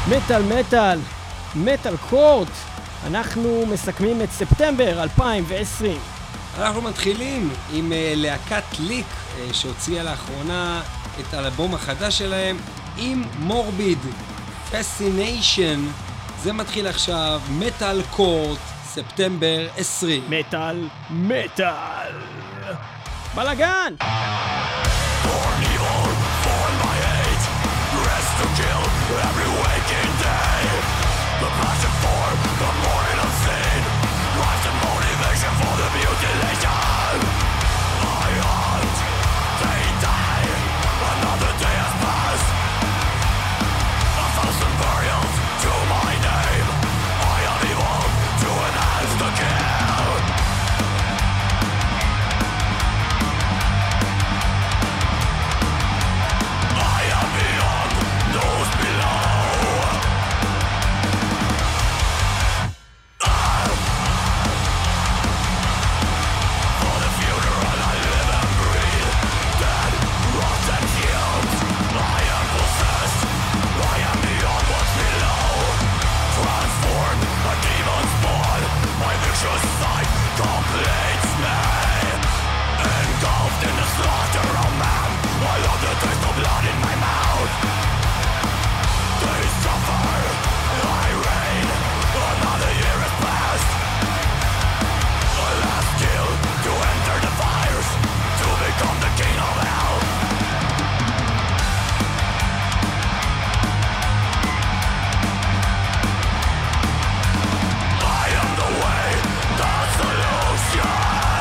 מטל קורט. אנחנו מסכמים את ספטמבר 2020. אנחנו מתחילים עם להקת ליק שהוציאה לאחרונה את האלבום החדש שלהם עם מורביד פסיניישן. זה מתחיל עכשיו, מטל קורט, ספטמבר 20. מטל בלגן. To kill every waking day. The passion for the morning unseen drives the motivation for the mutilation. I hunt, they die. Another day has passed. 1,000 burials to my name. I have evolved to enhance the kill. I am beyond those below. For the funeral I live and breathe. Dead, rotten fumes. I am possessed. I am beyond what's below. Transformed, a demon spawn. My vicious sight completes me. Engulfed in the slaughter of man. I love the taste of blood in my mouth. They suffer, I reign. Another year has passed. A last kill to enter the fires, to become the king of hell. I am the way, the solution.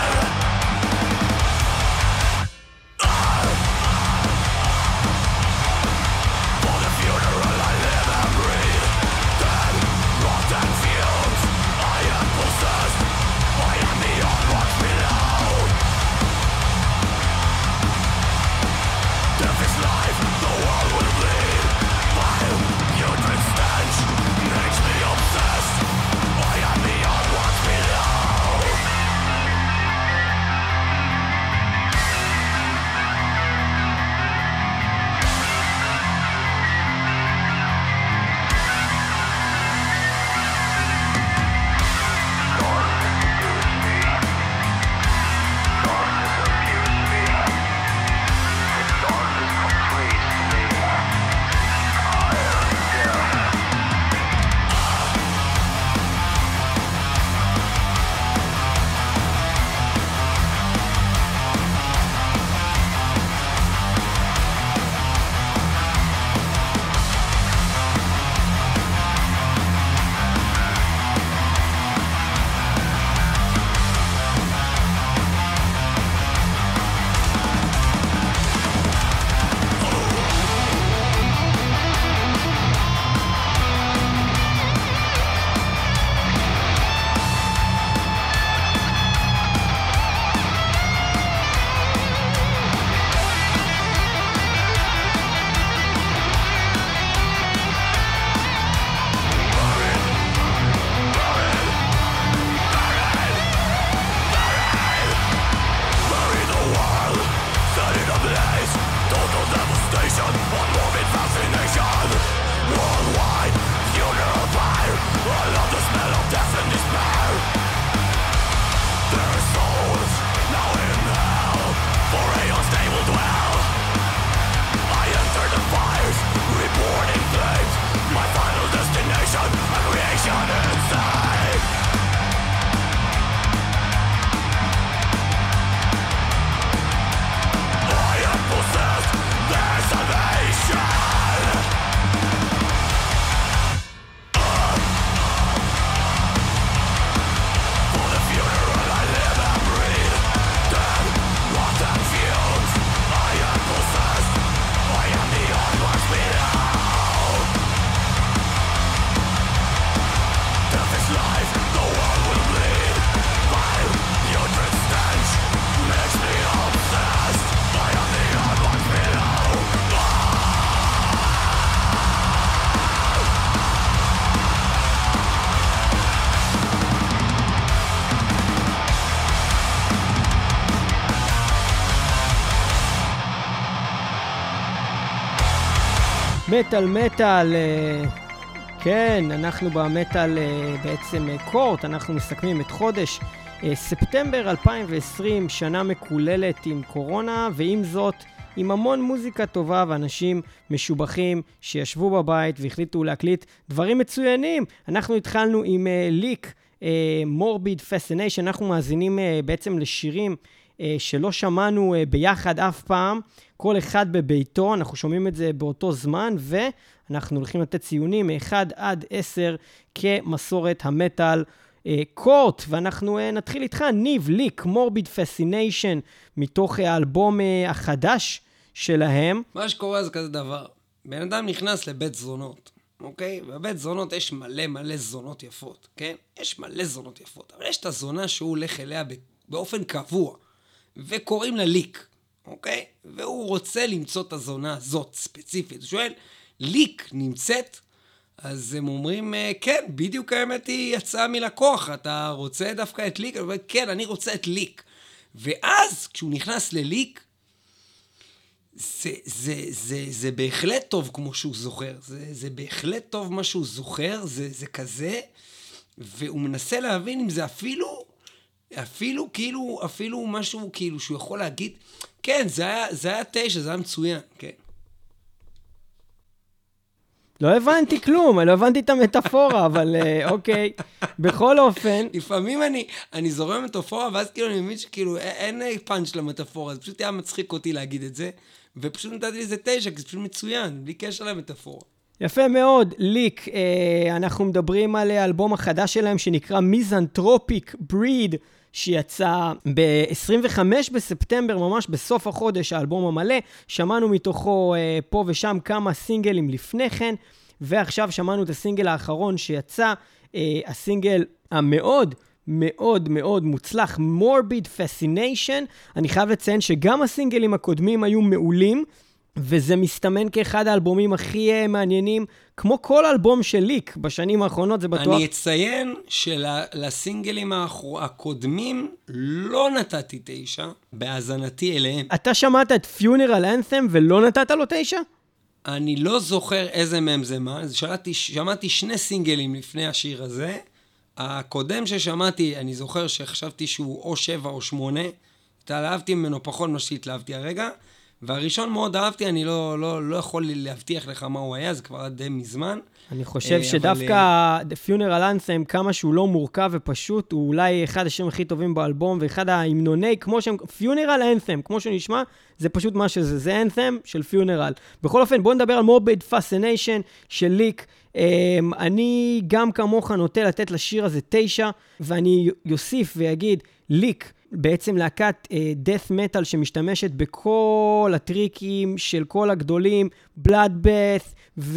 For the funeral I live and breathe. Dead, rotten fumes. I am possessed. I am beyond what's below. Death is life, the world will bleed. Vile, putrid stench makes me obsessed. I am beyond what's below. Bury the world, set it ablaze. Total devastation, unmorbid fascination. Worldwide, funeral fire. I love the smell of death and despair. Their souls, now in hell, for aeons they will dwell. I enter the fires, reborn in flames. My final destination, a creation insane. I am possessed, their salvation. For the funeral I live and breathe. Dead, rotten fumes. I am possessed. I am beyond what's below. Death is life, the world will bleed. Vile, putrid stench makes me obsessed. I am beyond what's below. מטל כן, אנחנו במטל בעצם קורט, אנחנו מסכמים את חודש ספטמבר 2020, שנה מקוללת עם קורונה, ועם זאת, עם המון מוזיקה טובה ואנשים משובחים שישבו בבית והחליטו להקליט דברים מצוינים. אנחנו התחלנו עם ליק, מורביד פסיניישן, אנחנו מאזינים בעצם לשירים שלא שמענו ביחד אף פעם, כל אחד בביתו, אנחנו שומעים את זה באותו זמן, ואנחנו הולכים לתת ציונים מ-1 עד 10 כמסורת המטל קורט, ואנחנו נתחיל איתך, ניב, ליק, מורביד פסיניישן, מתוך האלבום החדש שלהם. מה שקורה זה כזה דבר, בן אדם נכנס לבית זונות, אוקיי? בבית זונות יש מלא זונות יפות, כן? יש מלא זונות יפות, אבל יש את הזונה שהוא הולך אליה באופן קבוע, וקוראים לה ליק, אוקיי? והוא רוצה למצוא את הזונה הזאת ספציפית. הוא שואל, ליק נמצאת? אז הם אומרים, כן, בדיוק האמת היא יצאה מלקוח, אתה רוצה דווקא את ליק? הוא אומר, כן, אני רוצה את ליק. ואז כשהוא נכנס לליק, זה בהחלט טוב כמו שהוא זוכר, זה בהחלט טוב מה שהוא זוכר, זה כזה, והוא מנסה להבין אם זה אפילו משהו כאילו שהוא יכול להגיד, כן, זה היה 9, זה היה מצוין, כן. לא הבנתי כלום, אני לא הבנתי את המטאפורה, אבל אוקיי, בכל אופן. לפעמים אני זורם מטאפורה, ואז כאילו אני מבין שכאילו אין פאנץ' למטאפורה, זה פשוט היה מצחיק אותי להגיד את זה, ופשוט נתתי לזה 9, כי זה פשוט מצוין, בלי קשר למטאפורה. יפה מאוד, ליק, אנחנו מדברים על האלבום החדש שלהם שנקרא מיזנטרופיק בריד, שיצא ב-25 בספטמבר, ממש בסוף החודש, האלבום המלא. שמענו מתוכו פה ושם כמה סינגלים לפני כן, ועכשיו שמענו את הסינגל האחרון שיצא, הסינגל המאוד מאוד מאוד מוצלח, Morbid Fascination. אני חייב לציין שגם הסינגלים הקודמים היו מעולים, וזה מסתמן כאחד האלבומים הכי מעניינים, כמו כל אלבום של ליק בשנים האחרונות, זה בטוח. אני אציין שלסינגלים הקודמים לא נתתי 9, בהאזנתי אליהם. אתה שמעת את Funeral Anthem ולא נתת לו 9? אני לא זוכר איזה מהם זה מה, שמעתי 2 סינגלים לפני השיר הזה, הקודם ששמעתי, אני זוכר שחשבתי שהוא או 7 או 8, התלהבתי ממנו פחות מה שהתלהבתי הרגע, והראשון מאוד אהבתי, אני לא יכול להבטיח לך מה הוא היה, זה כבר די מזמן. אני חושב שדווקא The Funeral Anthem, כמה שהוא לא מורכב ופשוט, הוא אולי אחד השירים הכי טובים באלבום, ואחד ההמנוני, כמו שהם, Funeral Anthem, כמו שנשמע, זה פשוט מה שזה, זה Anthem של Funeral. בכל אופן, בואו נדבר על Morbid Fascination של ליק. אני גם כמוך נוטה לתת לשיר הזה 9, ואני יוסיף ויגיד, ליק, בעצם להקת death metal שמשתמשת בכל הטריקים של כל הגדולים, Bloodbath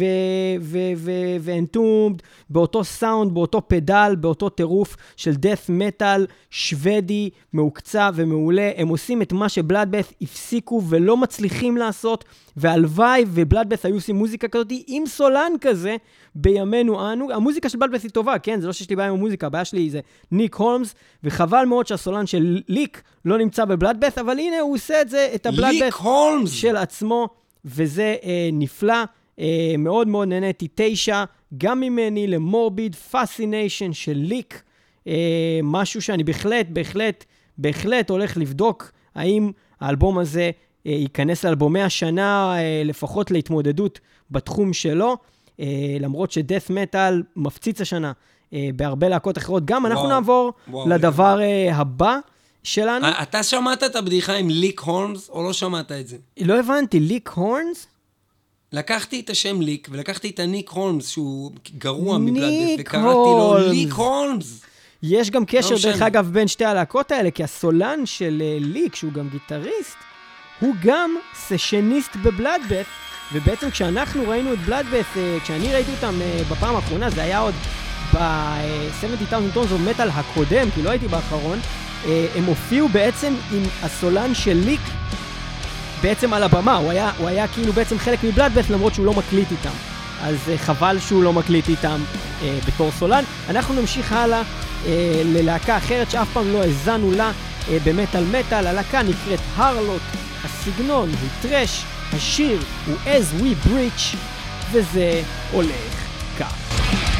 ו-Entombed, באותו סאונד, באותו פדל, באותו טירוף של death metal שוודי, מעוקצה ומעולה. הם עושים את מה שבלאדבאת' הפסיקו ולא מצליחים לעשות, והלוואי ובלאדבאת' היו עושים מוזיקה כזאת עם סולן כזה בימינו אנו. המוזיקה של בלאדבאת' היא טובה, כן? זה לא שיש לי בעיה עם המוזיקה, הבעיה שלי זה ניק הולמס, וחבל מאוד שהסולן של ליק לא נמצא בבלאדבאת', אבל הנה הוא עושה את זה, את הבלאדבאת' של עצמו, וזה נפלא. מאוד מאוד נהניתי. 9 גם ממני למורביד פסיניישן של ליק, משהו שאני בהחלט הולך לבדוק האם האלבום הזה ייכנס לאלבומי השנה, לפחות להתמודדות בתחום שלו, למרות שדאת' מטל מפציץ השנה בהרבה להקות אחרות. גם אנחנו נעבור לדבר הבא שלנו. אתה שמעת את הבדיחה עם ליק הולמס או לא שמעת את זה? לא הבנתי, ליק הולמס? לקחתי את השם ליק, ולקחתי את הניק הולמס, שהוא גרוע מבלאדבאת', וקראתי לו ליק הולמס. יש גם קשר, דרך אגב, בין שתי הלהקות האלה, כי הסולן של ליק, שהוא גם גיטריסט, הוא גם סשניסט בבלאדבאת', ובעצם כשאנחנו ראינו את בלאדבאת', כשאני ראיתי אותם בפעם האחרונה, זה היה עוד ב-70,000 Tons of Metal הקודם, כי לא הייתי באחרון, הם הופיעו בעצם עם הסולן של ליק, בעצם על הבמה, הוא היה כאילו בעצם חלק מבלאדבאת' למרות שהוא לא מקליט איתם. אז חבל שהוא לא מקליט איתם בתור סולן. אנחנו נמשיך הלאה ללהקה אחרת שאף פעם לא הזנו לה במטל מטל. הלהקה נקראת הרלוט, הסגנון הוא טרש, השיר הוא As We Breach, וזה הולך כך.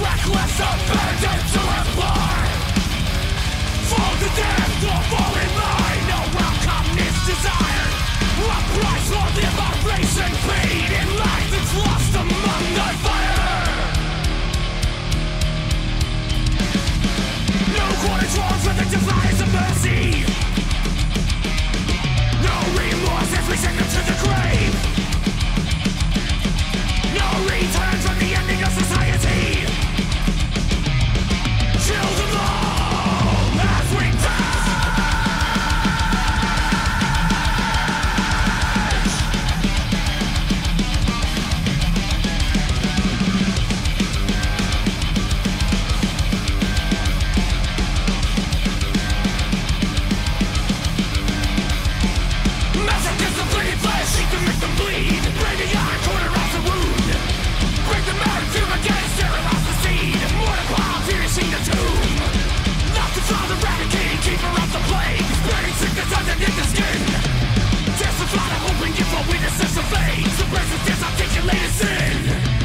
reckless abandon to implore. Fall to death or fall in line, no outcome is desired. A price for liberation paid in life that's lost among the fire. No quarter draws with the defiance of mercy. No remorse as we send them to the grave. No return from the ending of society. Kill them all as we die. Massacres of bleeding flesh, seek to make them bleed. Break the iron corner off the wound. Break the mountain tomb again, sterilize the seed. Mortar piercing the tomb. Not the father eradicating, keeper of the plague. Spreading sickness underneath the skin. Testify to hoping gift for witnesses of fate. Suppresses disarticulated sin.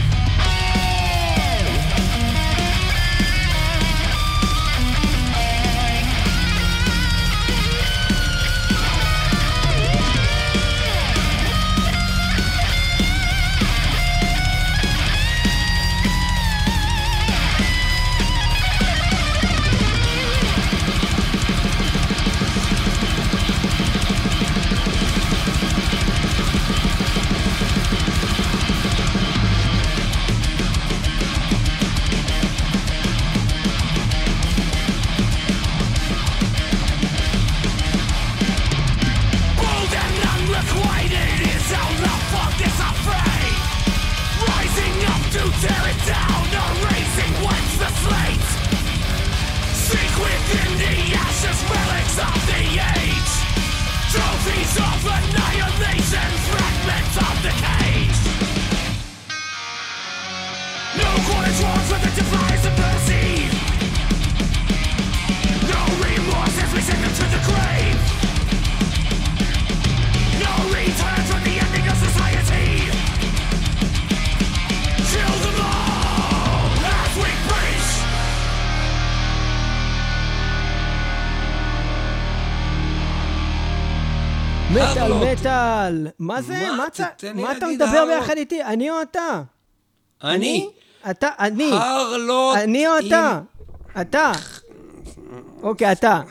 Bold and unrequited is how the fuck is afraid. Rising up to tear it down, erasing what's the slate. Seek within the ashes, relics of the age. Trophies of annihilation, fragments of the cage. No quarter draws with the defiance of mercy. No remorse as we send them to the grave. No return from the ending of society. Kill them all as we preach. מטל, הרלוט. מטל. מה זה? מה? מה אתה- תתן לי מה אתה להגיד מדבר הרלוט. ביחד איתי? אני או אתה? אני? אני. הרלוט אני או אתה? אתה. אוקיי, אתה.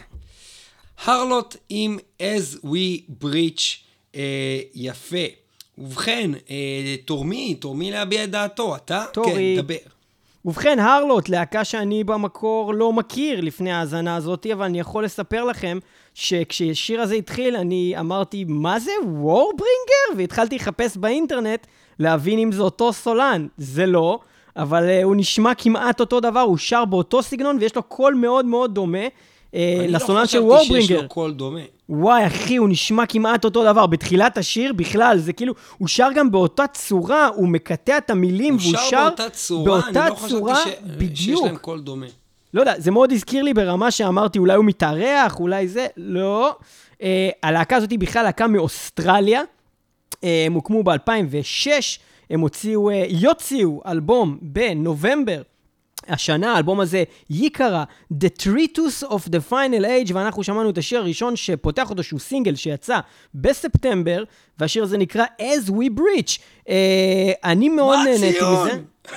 הרלוט עם As We Breach, יפה. ובכן, תורמי להביע את דעתו, אתה? תורי. כן, דבר. ובכן, הרלוט, להקה שאני במקור לא מכיר לפני ההאזנה הזאת, אבל אני יכול לספר לכם שכשהשיר הזה התחיל, אני אמרתי, מה זה? וורברינגר? והתחלתי לחפש באינטרנט להבין אם זה אותו סולן. זה לא, אבל הוא נשמע כמעט אותו דבר, הוא שר באותו סגנון, ויש לו קול מאוד מאוד דומה לסולן של אני לא חשבתי שיש וורברינגר. לו קול דומה. וואי, אחי, הוא נשמע כמעט אותו דבר. בתחילת השיר בכלל, זה כאילו, הוא שר גם באותה צורה, הוא מקטע את המילים, הוא והוא שר באותה צורה, אני לא חשבתי שיש בדיוק. להם קול דומה. לא יודע, זה מאוד הזכיר לי ברמה שאמרתי, אולי הוא מתארח, אולי זה, לא. הלהקה הזאת היא בכלל להקה מאוסטרליה, הם הוקמו ב-2006, הם יוציאו אלבום בנובמבר, השנה, האלבום הזה יקרה, The Treatise of the Final Age, ואנחנו שמענו את השיר הראשון שפותח אותו, שהוא סינגל שיצא בספטמבר, והשיר הזה נקרא As We Breach. אני מאוד נהניתי מזה.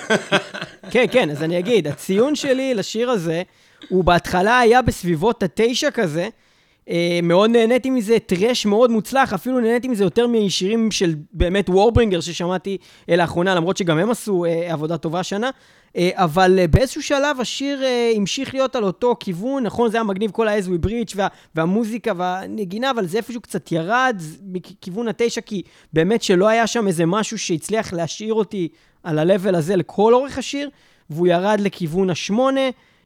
כן, כן, אז אני אגיד, הציון שלי לשיר הזה, הוא בהתחלה היה בסביבות 9 כזה, מאוד נהניתי מזה, טרש מאוד מוצלח, אפילו נהניתי מזה יותר משירים של באמת וורברינגר ששמעתי לאחרונה, למרות שגם הם עשו עבודה טובה השנה, אבל באיזשהו שלב השיר המשיך להיות על אותו כיוון, נכון, זה היה מגניב כל ה-As We Breach והמוזיקה והנגינה, אבל זה איפשהו קצת ירד מכיוון 9, כי באמת שלא היה שם איזה משהו שהצליח להשאיר אותי על ה-level הזה לכל אורך השיר, והוא ירד לכיוון 8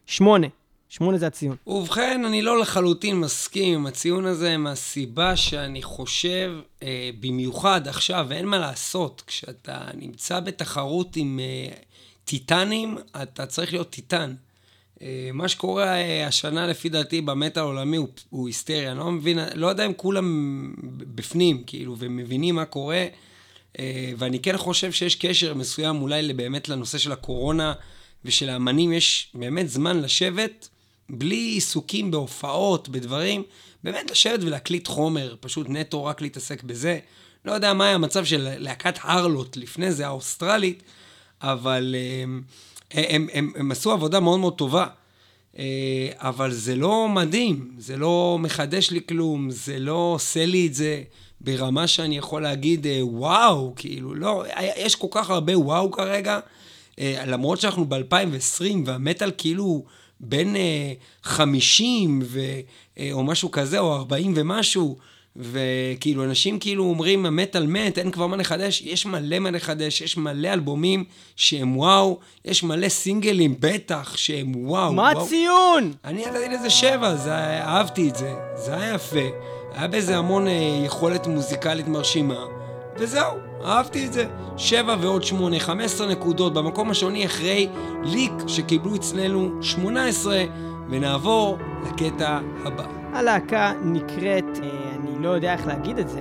זה הציון. ובכן, אני לא לחלוטין מסכים עם הציון הזה, מהסיבה שאני חושב, במיוחד עכשיו, ואין מה לעשות, כשאתה נמצא בתחרות עם טיטנים, אתה צריך להיות טיטן. מה שקורה השנה לפי דעתי במטל העולמי הוא היסטריה, אני לא מבין, לא יודע אם כולם בפנים, כאילו, ומבינים מה קורה, ואני כן חושב שיש קשר מסוים אולי באמת לנושא של הקורונה, ושלאמנים יש באמת זמן לשבת, בלי עיסוקים בהופעות, בדברים, באמת לשבת ולהקליט חומר, פשוט נטו רק להתעסק בזה. לא יודע מה היה המצב של להקת הרלוט לפני זה, האוסטרלית, אבל הם עשו עבודה מאוד מאוד טובה. אבל זה לא מדהים, זה לא מחדש לי כלום, זה לא עושה לי את זה ברמה שאני יכול להגיד וואו, כאילו לא, יש כל כך הרבה וואו כרגע, למרות שאנחנו ב-2020 והמטל כאילו בין 50 או משהו כזה, או 40 ומשהו, וכאילו אנשים כאילו אומרים המטל מת, אין כבר מה לחדש, יש מלא מה לחדש, יש מלא אלבומים שהם וואו, יש מלא סינגלים בטח שהם וואו. מה הציון? אני ידעתי לזה 7, אהבתי את זה, זה היה יפה, היה בזה המון יכולת מוזיקלית מרשימה, וזהו, אהבתי את זה. 7 ועוד 8, 15 נקודות במקום השני אחרי ליק שקיבלו אצלנו 18, ונעבור לקטע הבא. הלהקה נקראת, אני לא יודע איך להגיד את זה,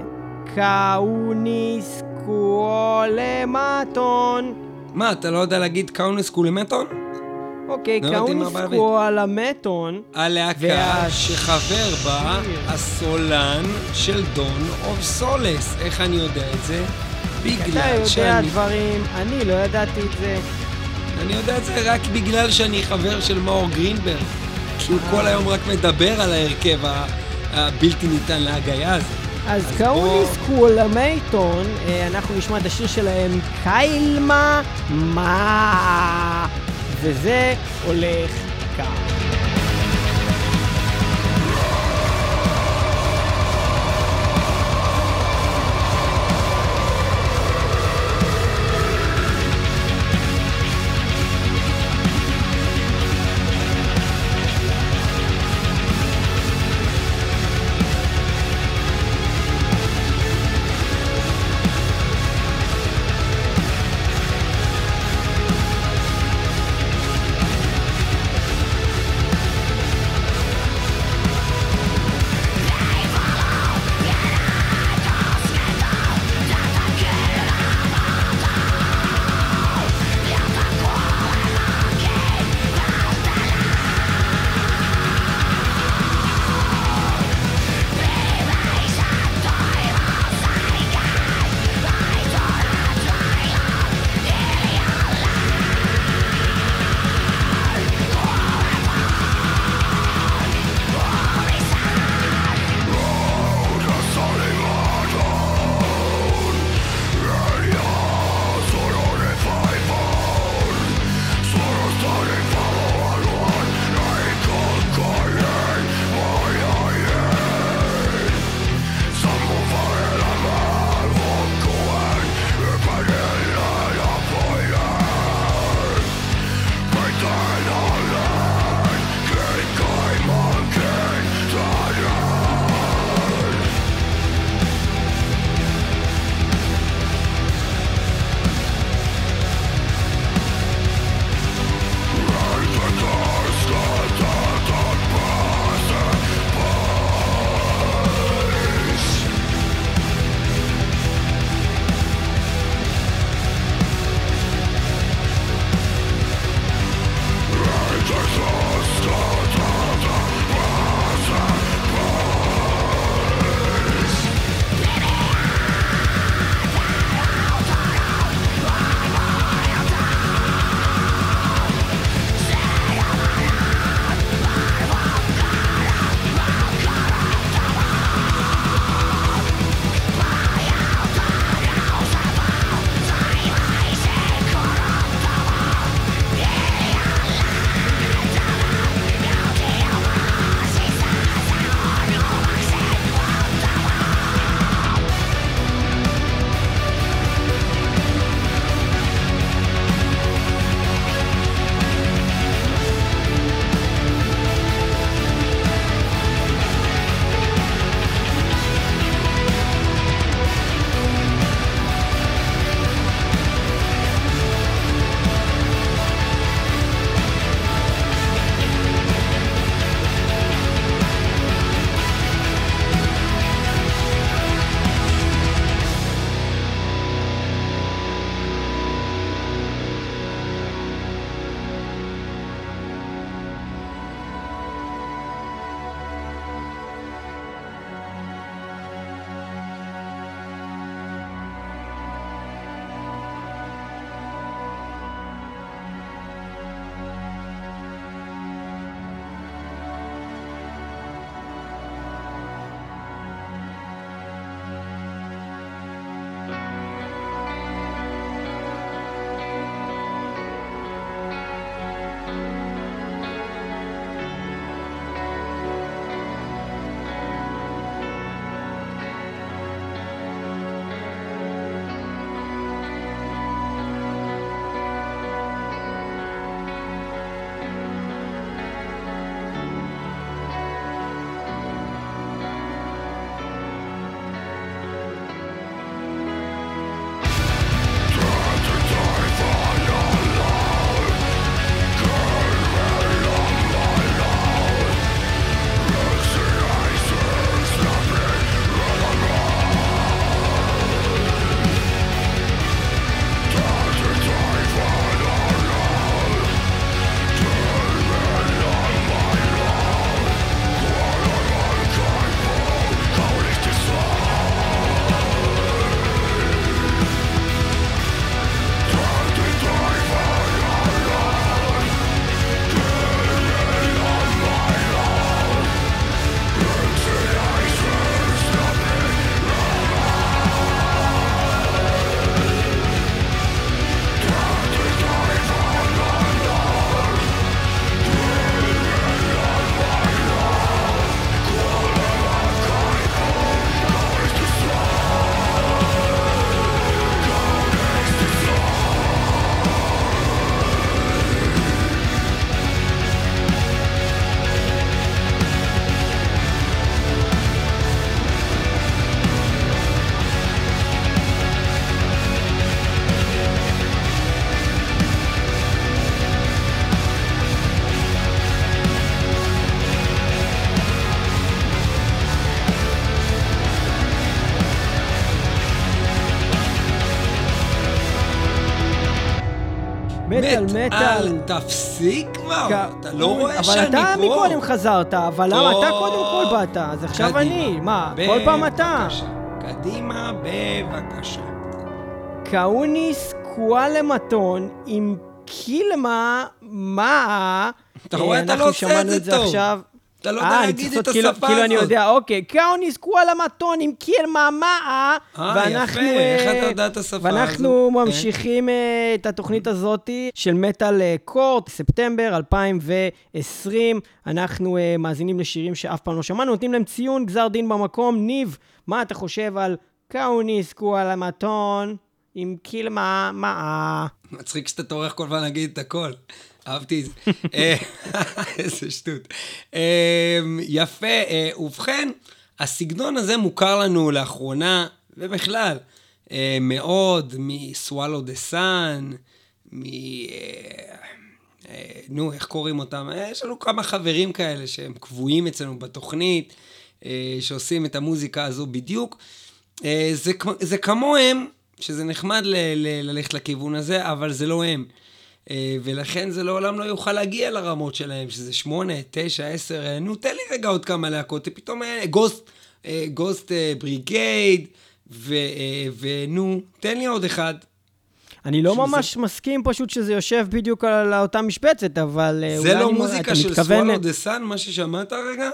קאוניסקואלמטון. מה, אתה לא יודע להגיד קאוניסקואלמטון? אוקיי, קאוניסקואלמטון. הלהקה שחבר בה הסולן של דון אוף סולס. איך אני יודע את זה? אתה יודע דברים, אני לא ידעתי את זה. אני יודע את זה רק בגלל שאני חבר של מאור גרינברג. שהוא כל היום רק מדבר על ההרכב הבלתי ניתן להגייה הזה. אז קאוניסקואלמטון, אנחנו נשמע את השיר שלהם, קיילמה מה, וזה הולך כך. מטל. תפסיק כבר, אתה לא רואה שאני פה. אבל אתה מקודם חזרת, אבל למה אתה קודם כל באת? אז עכשיו אני, מה? כל פעם אתה. קדימה, בבקשה. קאוניס קואלמטון עם קילמה, מה? אתה רואה, אתה לא עושה את זה טוב. אתה לא יודע להגיד את השפה הזאת. כאילו אני יודע, אוקיי, קאוניס קואלמטון עם קילמה, מה? יפה, איך אתה יודע את השפה הזאת? ואנחנו ממשיכים את התוכנית הזאת של מטל קורט, ספטמבר 2020. אנחנו מאזינים לשירים שאף פעם לא שמענו, נותנים להם ציון, גזר דין במקום. ניב, מה אתה חושב על קאוניס קואלמטון עם קילמה, מה? מצחיק שאתה תורך כל פעם להגיד את הכל. אהבתי את זה. איזה שטות. יפה. ובכן, הסגנון הזה מוכר לנו לאחרונה, ובכלל, מאוד מסוואלו דה סאן, נו, איך קוראים אותם? יש לנו כמה חברים כאלה שהם קבועים אצלנו בתוכנית, שעושים את המוזיקה הזו בדיוק. זה כמוהם, שזה נחמד ללכת לכיוון הזה, אבל זה לא הם. ולכן זה לעולם לא יוכל להגיע לרמות שלהם, שזה 8, 9, 10, נו, תן לי רגע עוד כמה להקות, פתאום גוסט בריגייד, ונו, תן לי עוד אחד. אני לא ממש מסכים פשוט שזה יושב בדיוק על אותה משבצת, אבל... זה לא מוזיקה של סוואלו דה סאן, מה ששמעת רגע?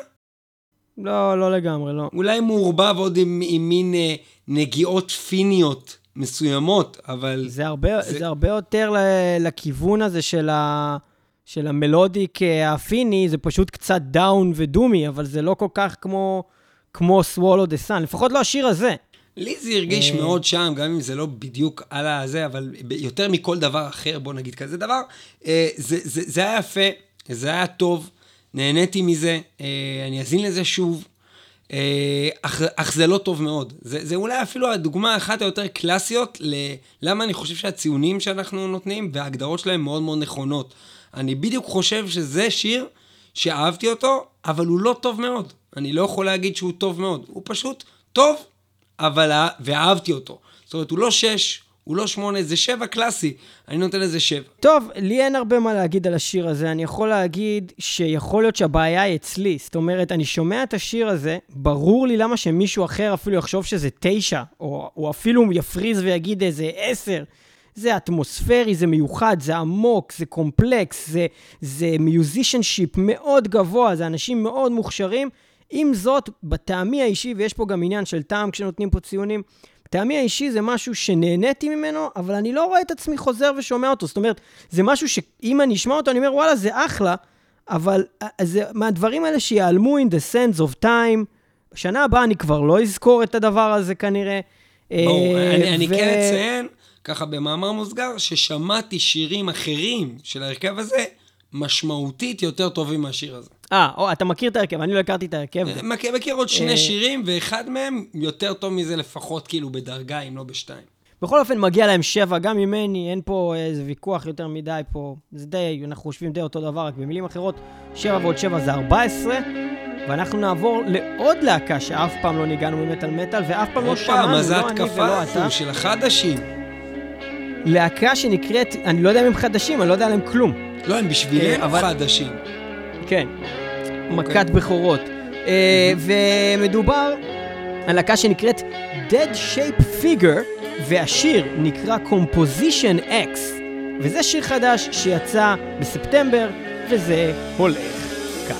לא לגמרי, לא. אולי מעורבב עוד עם מין נגיעות פיניות מסוימות, אבל... זה הרבה יותר לכיוון הזה של המלודיק הפיני, זה פשוט קצת דאון ודומי, אבל זה לא כל כך כמו סוואלו דה סאן, לפחות לא השיר הזה. לי זה הרגיש מאוד שם, גם אם זה לא בדיוק על הזה, אבל יותר מכל דבר אחר, בוא נגיד כזה דבר, זה היה יפה, זה היה טוב, נהניתי מזה, אני אזין לזה שוב, אך זה לא טוב מאוד. זה אולי אפילו הדוגמה אחת היותר קלאסיות למה אני חושב שהציונים שאנחנו נותנים וההגדרות שלהם מאוד מאוד נכונות. אני בדיוק חושב שזה שיר שאהבתי אותו, אבל הוא לא טוב מאוד. אני לא יכול להגיד שהוא טוב מאוד. הוא פשוט טוב, ואהבתי אותו. זאת אומרת, הוא לא 6, הוא לא 8, זה 7 קלאסי. אני נותן לזה 7. טוב, לי אין הרבה מה להגיד על השיר הזה. אני יכול להגיד שיכול להיות שהבעיה היא אצלי. זאת אומרת, אני שומע את השיר הזה, ברור לי למה שמישהו אחר אפילו יחשוב שזה 9, או אפילו יפריז ויגיד איזה 10. זה אטמוספרי, זה מיוחד, זה עמוק, זה קומפלקס, זה מיוזישנשיפ מאוד גבוה, זה אנשים מאוד מוכשרים. עם זאת, בטעמי האישי, ויש פה גם עניין של טעם כשנותנים פה ציונים, טעמי האישי זה משהו שנהניתי ממנו, אבל אני לא רואה את עצמי חוזר ושומע אותו. זאת אומרת, זה משהו שאם אני אשמע אותו, אני אומר, וואלה, זה אחלה, אבל זה מהדברים האלה שיעלמו in the sense of time, בשנה הבאה אני כבר לא אזכור את הדבר הזה כנראה. ברור, אני כן אציין, ככה במאמר מוסגר, ששמעתי שירים אחרים של ההרכב הזה, משמעותית יותר טובים מהשיר הזה. אתה מכיר את ההרכב, אני לא הכרתי את ההרכב. מכיר עוד 2 שירים, ואחד מהם יותר טוב מזה לפחות כאילו בדרגה, אם לא ב2. בכל אופן מגיע להם 7, גם ממני, אין פה איזה ויכוח יותר מדי פה, זה די, אנחנו חושבים די אותו דבר, רק במילים אחרות, 7 ועוד 7 זה 14, ואנחנו נעבור לעוד להקה שאף פעם לא ניגענו במטל מטל, ואף פעם לא שמענו, מה זה התקפה הזו של החדשים? להקה שנקראת, אני לא יודע אם הם חדשים, אני לא יודע עליהם כלום. לא, הם בשבילנו חדשים. כן, מכת בכורות. ומדובר על להקה שנקראת Dead Shape Figure, והשיר נקרא Composition X, וזה שיר חדש שיצא בספטמבר, וזה הולך כך.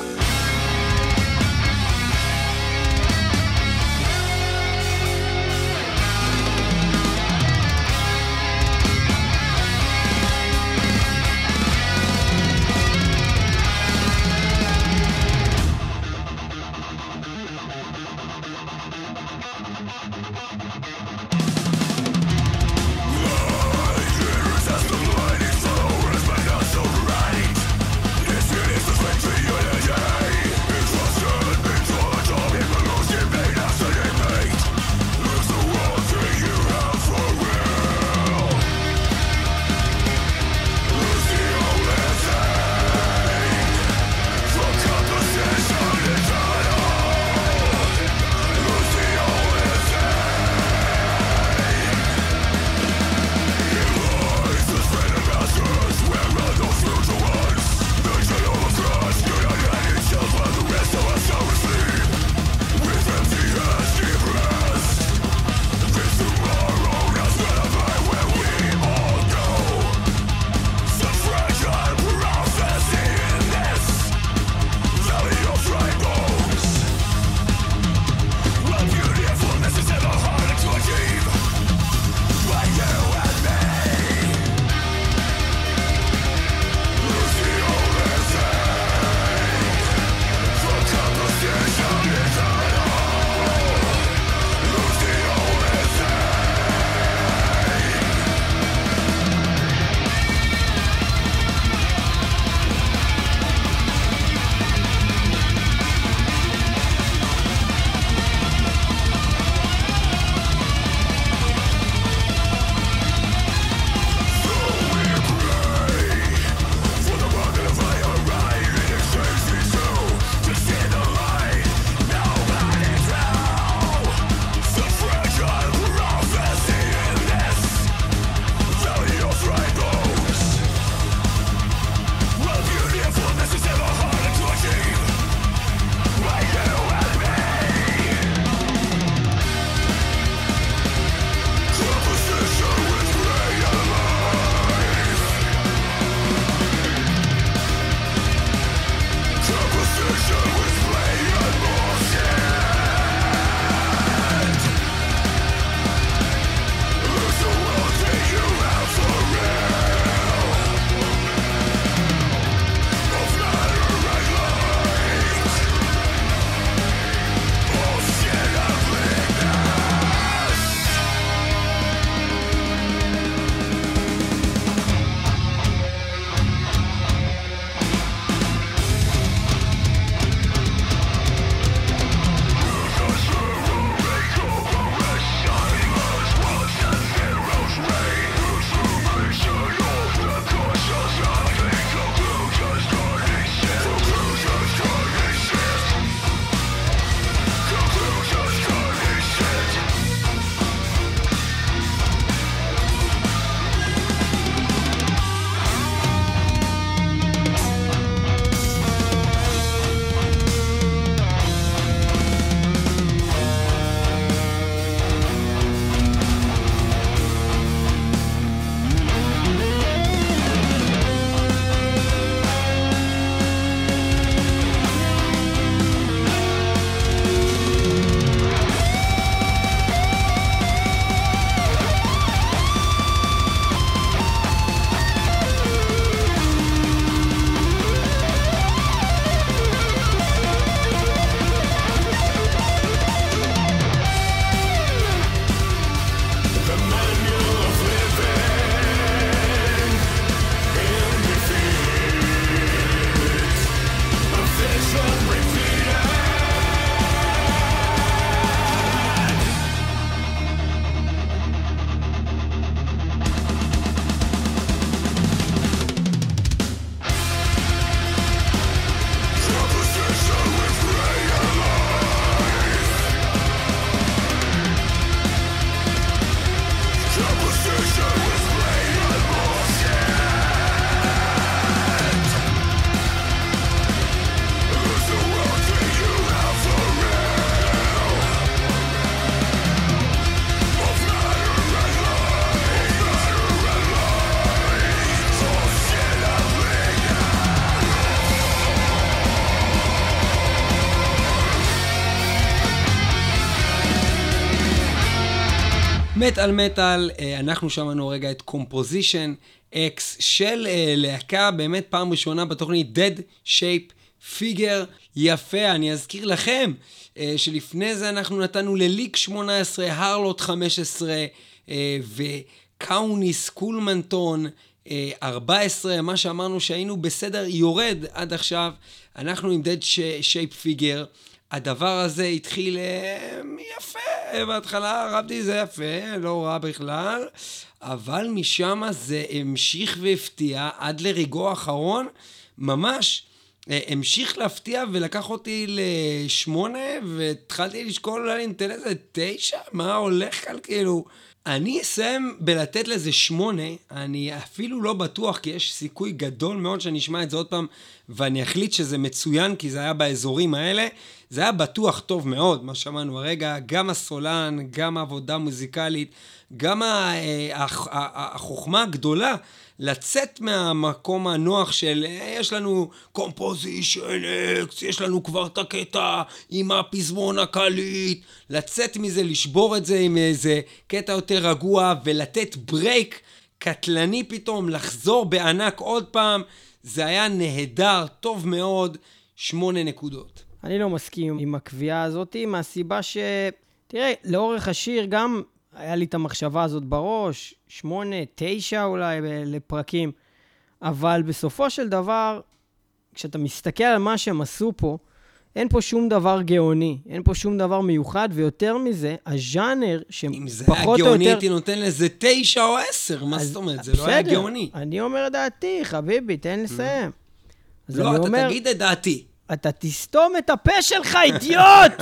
מטל, אנחנו שמענו רגע את קומפוזישן אקס של להקה, באמת פעם ראשונה בתוכנית Dead Shape Figure. יפה, אני אזכיר לכם שלפני זה אנחנו נתנו לליק 18, הרלוט 15 וקאוניס קולמנטון 14, מה שאמרנו שהיינו בסדר יורד עד עכשיו. אנחנו עם Dead Shape Figure. הדבר הזה התחיל יפה, בהתחלה רבתי זה יפה, לא רע בכלל, אבל משם זה המשיך והפתיע עד לרגעו האחרון, ממש המשיך להפתיע ולקח אותי ל8, והתחלתי לשקול אולי ניתן לזה 9, מה הולך כאן כאילו? אני אסיים בלתת לזה 8, אני אפילו לא בטוח, כי יש סיכוי גדול מאוד שאני אשמע את זה עוד פעם, ואני אחליט שזה מצוין, כי זה היה באזורים האלה. זה היה בטוח טוב מאוד, מה שמענו הרגע, גם הסולן, גם העבודה מוזיקלית, גם החוכמה הגדולה, לצאת מהמקום הנוח של, יש לנו קומפוזישן אקס, יש לנו כבר את הקטע עם הפזמון הקליט, לצאת מזה, לשבור את זה עם איזה קטע יותר רגוע, ולתת ברייק קטלני פתאום, לחזור בענק עוד פעם. זה היה נהדר, טוב מאוד, 8 נקודות. אני לא מסכים עם הקביעה הזאת, מהסיבה ש... תראה, לאורך השיר גם היה לי את המחשבה הזאת בראש, 8, 9 אולי לפרקים, אבל בסופו של דבר, כשאתה מסתכל על מה שהם עשו פה, אין פה שום דבר גאוני, אין פה שום דבר מיוחד, ויותר מזה, הז'אנר שפחות או יותר... אם זה היה גאוני, הייתי נותן לזה 9 או 10, מה זאת אומרת? זה לא היה גאוני. אני אומר את דעתי, חביבי, תן לסיים. לא, אתה תגיד את דעתי. אתה תסתום את הפה שלך, אידיוט!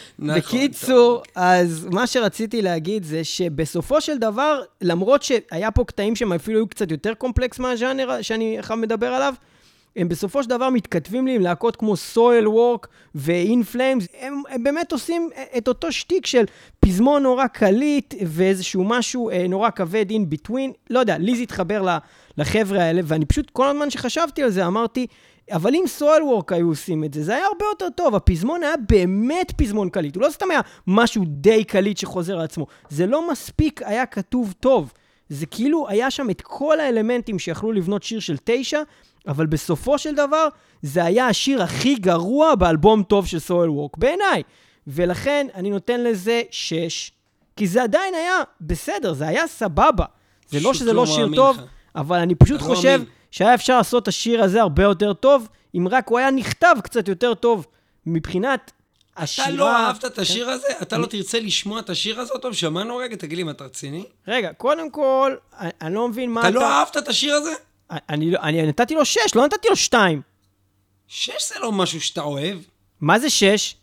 בקיצור, אז מה שרציתי להגיד זה שבסופו של דבר, למרות שהיה פה קטעים שהם אפילו היו קצת יותר קומפלקס מהז'אנר שאני מדבר עליו, הם בסופו של דבר מתכתבים לי עם להקות כמו Soil Work ו-In Flames, הם באמת עושים את אותו שטיק של פזמון נורא קליט ואיזשהו משהו נורא כבד in between, לא יודע, לי זה התחבר לחבר'ה האלה, ואני פשוט כל הזמן שחשבתי על זה אמרתי, אבל אם Soil Work היו עושים את זה, זה היה הרבה יותר טוב, הפזמון היה באמת פזמון קליט, הוא לא סתם היה משהו די קליט שחוזר על עצמו, זה לא מספיק היה כתוב טוב, זה כאילו היה שם את כל האלמנטים שיכלו לבנות שיר של 9, אבל בסופו של דבר, זה היה השיר הכי גרוע באלבום טוב של Soil Work, בעיניי. ולכן אני נותן לזה 6, כי זה עדיין היה בסדר, זה היה סבבה. זה לא שזה לא שיר טוב, אבל אני פשוט חושב שהיה אפשר לעשות את השיר הזה הרבה יותר טוב, אם רק הוא היה נכתב קצת יותר טוב, מבחינת השירה... אתה לא אהבת את השיר הזה? אתה לא תרצה לשמוע את השיר הזה? טוב, שמענו רגע, תגיד לי אם אתה רציני. רגע, קודם כל, אני לא מבין מה אתה... אתה לא אהבת את השיר הזה? אני נתתי לו 6, לא נתתי לו 2. 6 זה לא משהו שאתה אוהב. מה זה 6?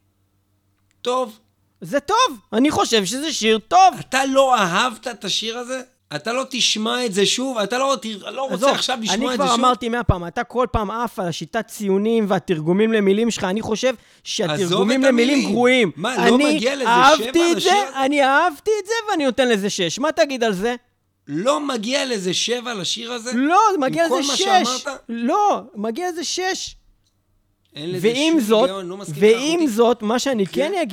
טוב. זה טוב, אני חושב שזה שיר טוב. אתה לא אהבת את השיר הזה? אתה לא תשמע את זה שוב? אתה לא רוצה עכשיו לשמוע את זה שוב? אני כבר אמרתי 100 פעם, אתה כל פעם אף על השיטת ציונים והתרגומים למילים שלך, אני חושב שהתרגומים למילים גרועים. מה, לא מגיע לזה 7 על השיר הזה? אני אהבתי את זה ואני נותן לזה 6. מה תגיד על זה? לא מגיע לזה 7 לשיר הזה? לא, מגיע לזה 6. עם כל מה שאמרת? לא, מגיע לזה 6. אין לזה שום היגיון, לא מסכים לך אותי. ועם זאת, מה שאני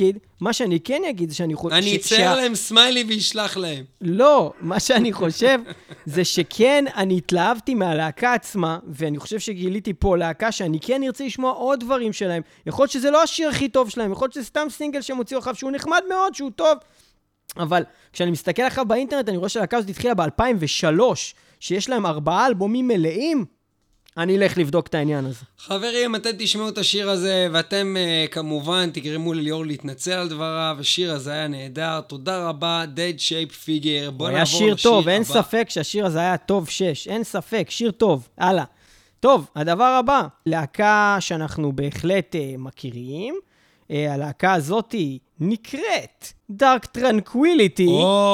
כן אגיד, זה שאני חושב... אני אצייר להם סמיילי וישלח להם. לא, מה שאני חושב זה שכן אני התלהבתי מהלהקה עצמה, ואני חושב שגיליתי פה להקה שאני כן ארצה לשמוע עוד דברים שלהם. יכול להיות שזה לא השיר הכי טוב שלהם, יכול להיות שזה סתם סינגל שהם הוציאו אחריו, שהוא נחמד מאוד, שהוא טוב. אבל כשאני מסתכל אחריו באינטרנט, אני רואה שהלהקה הזאת התחילה ב-2003, שיש להם 4 אלבומים מלאים, אני אלך לבדוק את העניין הזה. חברים, אתם תשמעו את השיר הזה, ואתם כמובן תגרמו לליאור להתנצל על דבריו, השיר הזה היה נהדר, תודה רבה, Dead Shape Figure, בוא נעבור לשיר הבא. היה שיר טוב, אין ספק שהשיר הזה היה טוב 6, אין ספק, שיר טוב, הלאה. טוב, הדבר הבא, להקה שאנחנו בהחלט מכירים, הלהקה הזאת נקראת Dark Tranquillity.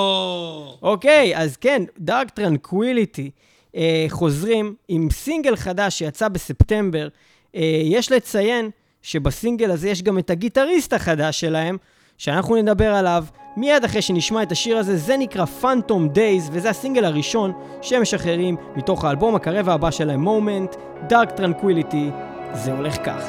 אוקיי, אז כן, Dark Tranquillity חוזרים עם סינגל חדש שיצא בספטמבר. יש לציין שבסינגל הזה יש גם את הגיטריסט החדש שלהם, שאנחנו נדבר עליו מיד אחרי שנשמע את השיר הזה. זה נקרא Phantom Days, וזה הסינגל הראשון שהם משחררים מתוך האלבום הקרב הבא שלהם, Moment, Dark Tranquillity. זה הולך כך.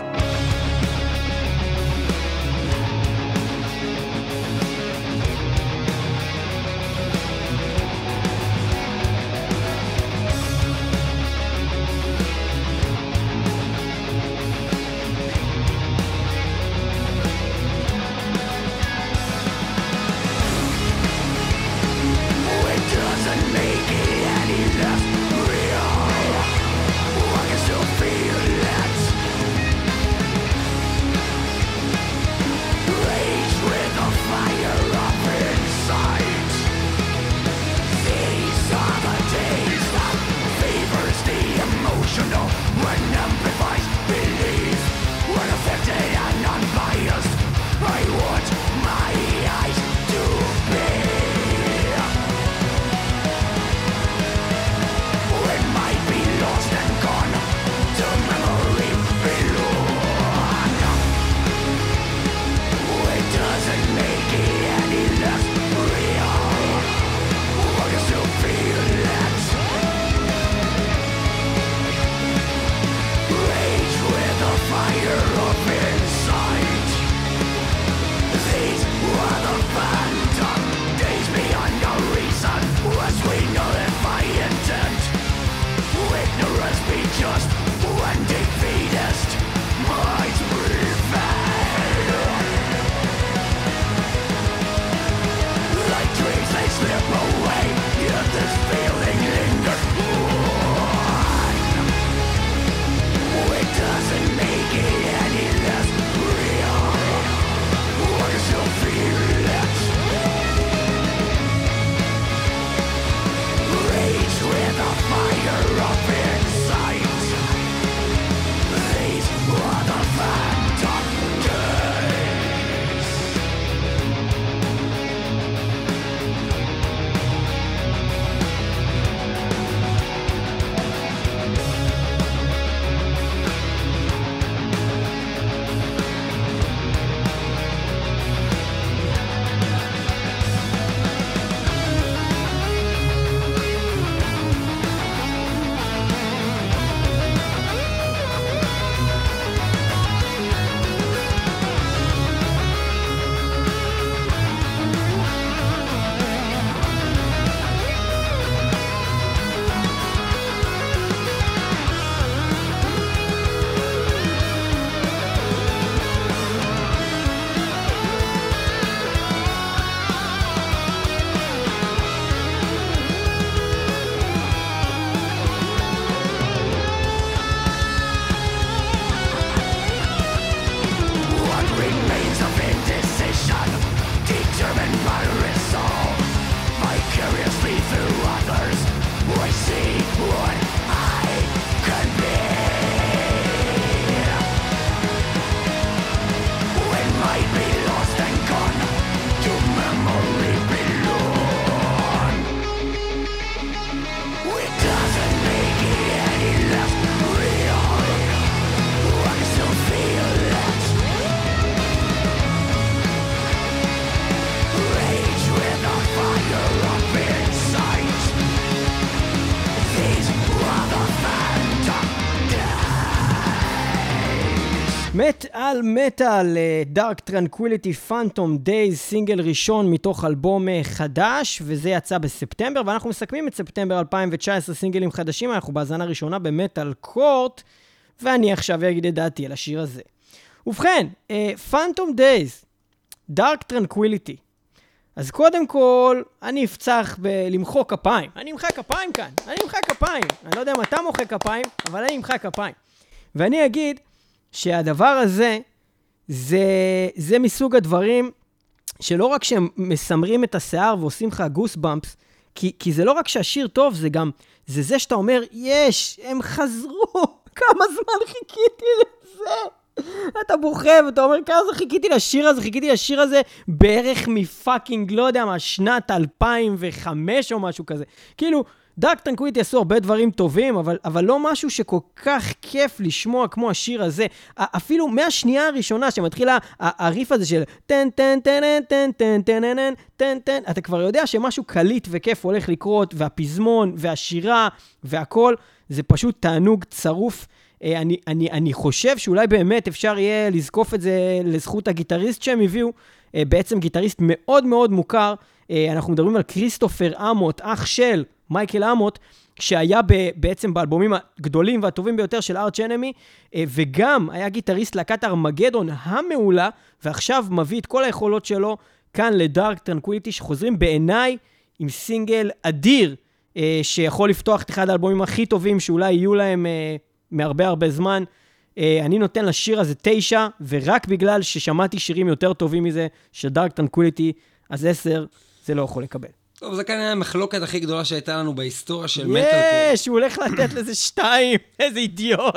מטאל מטאל, דארק טרנקוויליטי פנטום דייז, סינגל ראשון מתוך אלבום חדש, וזה יצא בספטמבר, ואנחנו מסכמים את ספטמבר 2019 סינגלים חדשים, אנחנו בהזנה ראשונה במטאל קורט, ואני עכשיו אגיד את דעתי על השיר הזה. ובכן, פנטום דייז, דארק טרנקוויליטי. אז קודם כל, אני אפצח בלמחוא כפיים. אני אמחא כפיים כאן, אני אמחא כפיים. אני לא יודע אם אתה מוחא כפיים, אבל אני אמחא כפיים. ואני אגיד שהדבר הזה, זה מסוג הדברים שלא רק שהם מסמרים את השיער ועושים לך גוס במפס, כי זה לא רק שהשיר טוב, זה גם, זה שאתה אומר, יש, הם חזרו, כמה זמן חיכיתי לזה. אתה בוכה ואתה אומר, כמה זה חיכיתי לשיר הזה בערך מפאקינג, לא יודע מה, שנת 2005 או משהו כזה. כאילו, דארק טרנקוויליטי עשו הרבה דברים טובים, אבל לא משהו שכל כך כיף לשמוע כמו השיר הזה. אפילו מהשנייה הראשונה שמתחילה הריף הזה של טן טן טן טן טן טן טן טן, אתה כבר יודע שמשהו קליט וכיף הולך לקרות, והפזמון והשירה והכל, זה פשוט תענוג צרוף. אני חושב שאולי באמת אפשר יהיה לזקוף את זה לזכות הגיטריסט שהם הביאו, בעצם גיטריסט מאוד מאוד מוכר. אנחנו מדברים על כריסטופר אמוט, אח של מייקל אמוט, שהיה בעצם באלבומים הגדולים והטובים ביותר של ארץ' אנמי, וגם היה גיטריסט להקת ארמגדון המעולה, ועכשיו מביא את כל היכולות שלו כאן לדארק טרנקוויליטי, שחוזרים בעיניי עם סינגל אדיר, שיכול לפתוח את אחד האלבומים הכי טובים שאולי יהיו להם מהרבה הרבה זמן. אני נותן לשיר הזה 9, ורק בגלל ששמעתי שירים יותר טובים מזה, שדארק טרנקוויליטי, אז 10 זה לא יכול לקבל. טוב, זה כנראה המחלוקת הכי גדולה שהייתה לנו בהיסטוריה של מטאל קור. יש, הוא הולך לתת לזה 2, איזה אידיוט.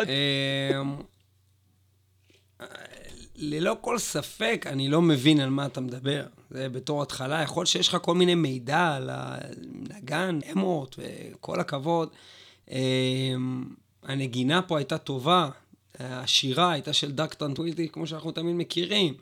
ללא כל ספק, אני לא מבין על מה אתה מדבר. זה בתור התחלה, יכול שיש לך כל מיני מידע על הנגן, אמות, וכל הכבוד. הנגינה פה הייתה טובה, השירה הייתה של דארק טרנקוויליטי, כמו שאנחנו תמיד מכירים.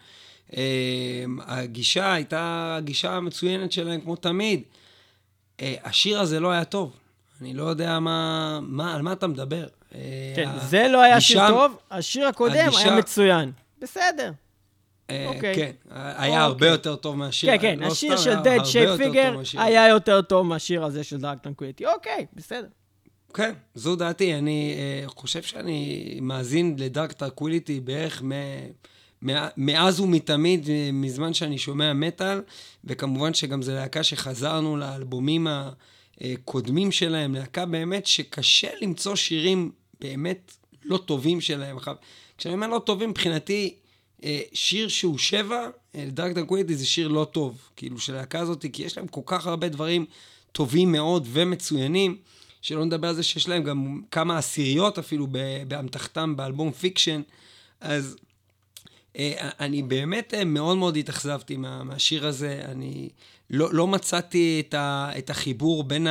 הגישה הייתה הגישה המצוינת שלהם, כמו תמיד. השיר הזה לא היה טוב. אני לא יודע על מה אתה מדבר. כן, זה לא היה שיר טוב, השיר הקודם היה מצוין. בסדר. כן, היה הרבה יותר טוב מהשיר. כן, כן, השיר של Dead Shape Figure היה יותר טוב מהשיר הזה של דארק טרנקוויליטי. אוקיי, בסדר. כן, זו דעתי. אני חושב שאני מאזין לדארק טרנקוויליטי בערך מאז ומתמיד, מזמן שאני שומע מטל, וכמובן שגם זה להקה שחזרנו לאלבומים הקודמים שלהם, להקה באמת שקשה למצוא שירים באמת לא טובים שלהם. כשאני אומר לא טובים, מבחינתי, שיר שהוא 7, דארק טרנקוויליטי זה שיר לא טוב, כאילו של להקה הזאת, כי יש להם כל כך הרבה דברים טובים מאוד ומצוינים, שלא נדבר על זה שיש להם גם כמה עשיריות אפילו באמתחתם באלבום פיקשן. אז אני באמת מאוד מאוד התאכזבתי מהשיר הזה. אני לא מצאתי את החיבור בין